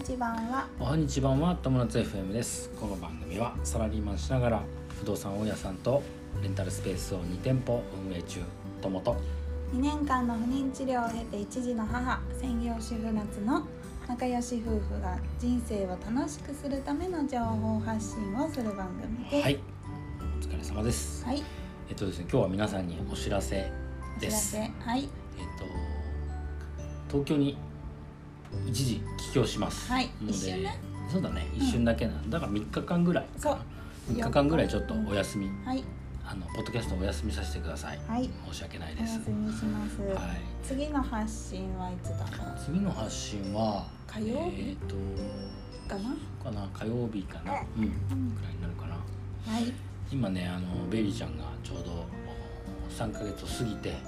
ちばんは。 おはにちばんは友達 FM です。この番組はサラリーマンしながら不動産大家さんとレンタルスペースを2店舗運営中、友と 2年間の不妊治療を経て一児の母、専業主婦夏の仲良し夫婦が人生を楽しくするための情報発信をする番組です。 はい、お疲れ様です。 はい。 ですね、今日は皆さんにお知らせです。 はい。 東京に一時帰郷します。 はい。 ので一瞬ね。 そうだね、一瞬だけだから3日間ぐらいかな。 そう 3日間ぐらいちょっとお休み、 はい。 ポッドキャストお休みさせてください。 はい。 申し訳ないおです。 休みします。 はい。 次の発信はいつだろう。 次の発信は火曜日かな。 火曜日かな、くらいになるかな。 はい。 今ね、ベリーちゃんがちょうど3ヶ月を過ぎて、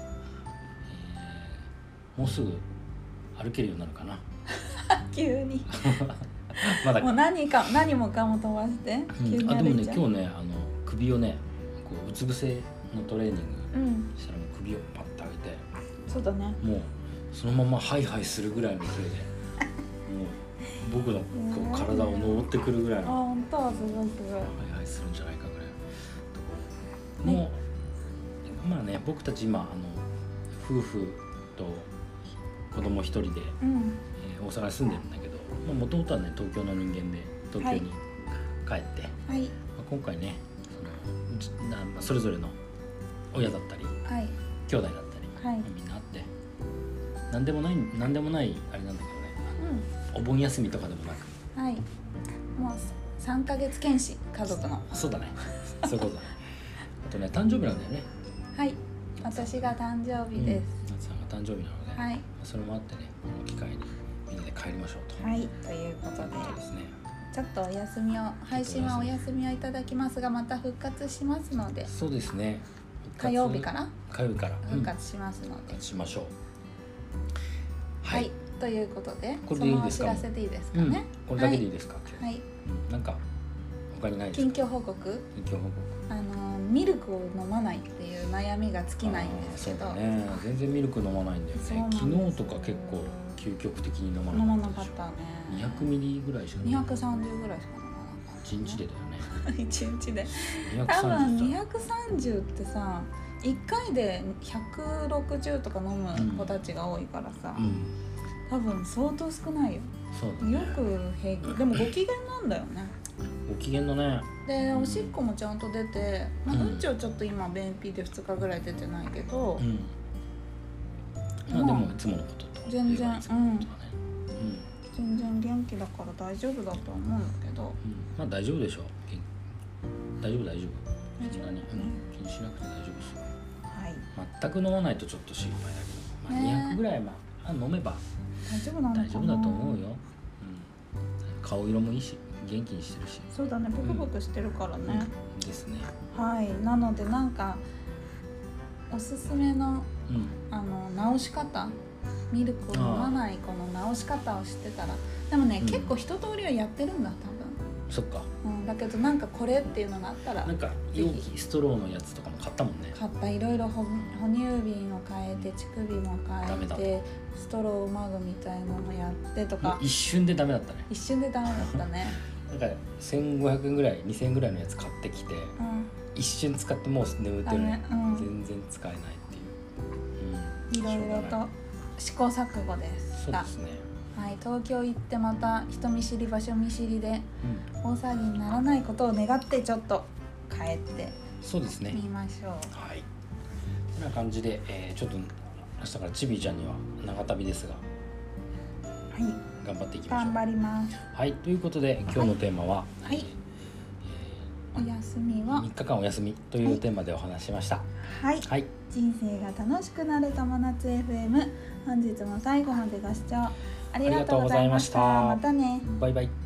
もうすぐ歩けるようになるかな。 急にまだもう何もかも飛ばして、急にでもね、 歩いちゃう。 今日ね、首をねこううつ伏せのトレーニングしたら、もう首をパッと上げて、 そうだね。 もうそのままハイハイするぐらいの勢いでもう僕のこう体を登ってくるぐらいの本当はすごいハイハイするんじゃないかぐらいのところもう、まあね、僕たち今夫婦と子供一人で、大阪に住んでるんだけど、もともとはね東京の人間で東京に帰って、今回ねそれぞれの親だったり、兄弟だったり、みんなあって何でもないあれなんだけどね、お盆休みとかでもなく、 もう3ヶ月検診、家族の。 そうだねそういうことだね。あとね、誕生日なんだよね。 はい、私が誕生日です。 夏さんが誕生日なので、それもあってね、この機会にみんなで帰りましょうと。 ということで、 ですね、 ちょっとお休みを、配信はお休みをいただきますが、また復活しますので。 そうですね、 火曜日から復活しますので、 復活しましょう。 はい、ということで、 これでいいですか？ そのお知らせでいいですかね。 これだけでいいですか？ はい。 なんか他にないですか？ 近況報告。ミルクを飲まないっていう悩みが尽きないんですけど、 そうだね、全然ミルク飲まないんだよね。昨日とか結構究極的に飲まなかったね。200ミリぐらいしか飲まない。 230ぐらいしか飲まなかった。 1日でだよね。 1日で。多分230ってさ、1回で160とか飲む子たちが多いからさ、多分相当少ないよ。 そうだね。 よく平気。でもご機嫌なんだよね。 ご機嫌だね。 で、おしっこもちゃんと出て、うんちをちょっと今便秘で2日ぐらい出てないけど、 でもいつものことと全然、全然元気だから大丈夫だと思うんだけど、 まあ大丈夫でしょう。大丈夫。そんなに気にしなくて大丈夫ですよ。全く飲まないとちょっと心配だけど、200ぐらい飲めば大丈夫なのかな。 大丈夫だと思うよ。顔色もいいし、元気にしてるし。 そうだね、ブクブクしてるからね。 ですね。 はい、なのでなんかおすすめの治し方、ミルクを飲まないこの治し方を知ってたら、でもね、結構一通りはやってるんだ多分。 そっか。 だけどなんかこれっていうのがあったら、 なんか容器ストローのやつとかも買ったもんね。 買った。いろいろ哺乳瓶を変えて、乳首も変えて、ストローをマグみたいなのやってとか。 一瞬でダメだったね。 一瞬でダメだったね。 なんか1500円ぐらい、2000円ぐらいのやつ買ってきて、一瞬使ってもう眠ってるね。全然使えないっていう。 いろいろと試行錯誤ですが。 そうですね。 はい、東京行ってまた人見知り場所見知りで大騒ぎにならないことを願って、ちょっと帰ってみましょう。 はい。こんな感じで、ちょっと明日からちびちゃんには長旅ですが、頑張っていきましょう。 頑張ります。 はい、ということで今日のテーマは、 お休みは 3日間お休みというテーマでお話ししました。 人生が楽しくなる友達 FM、本日も最後までご視聴ありがとうございました。またね。 バイバイ。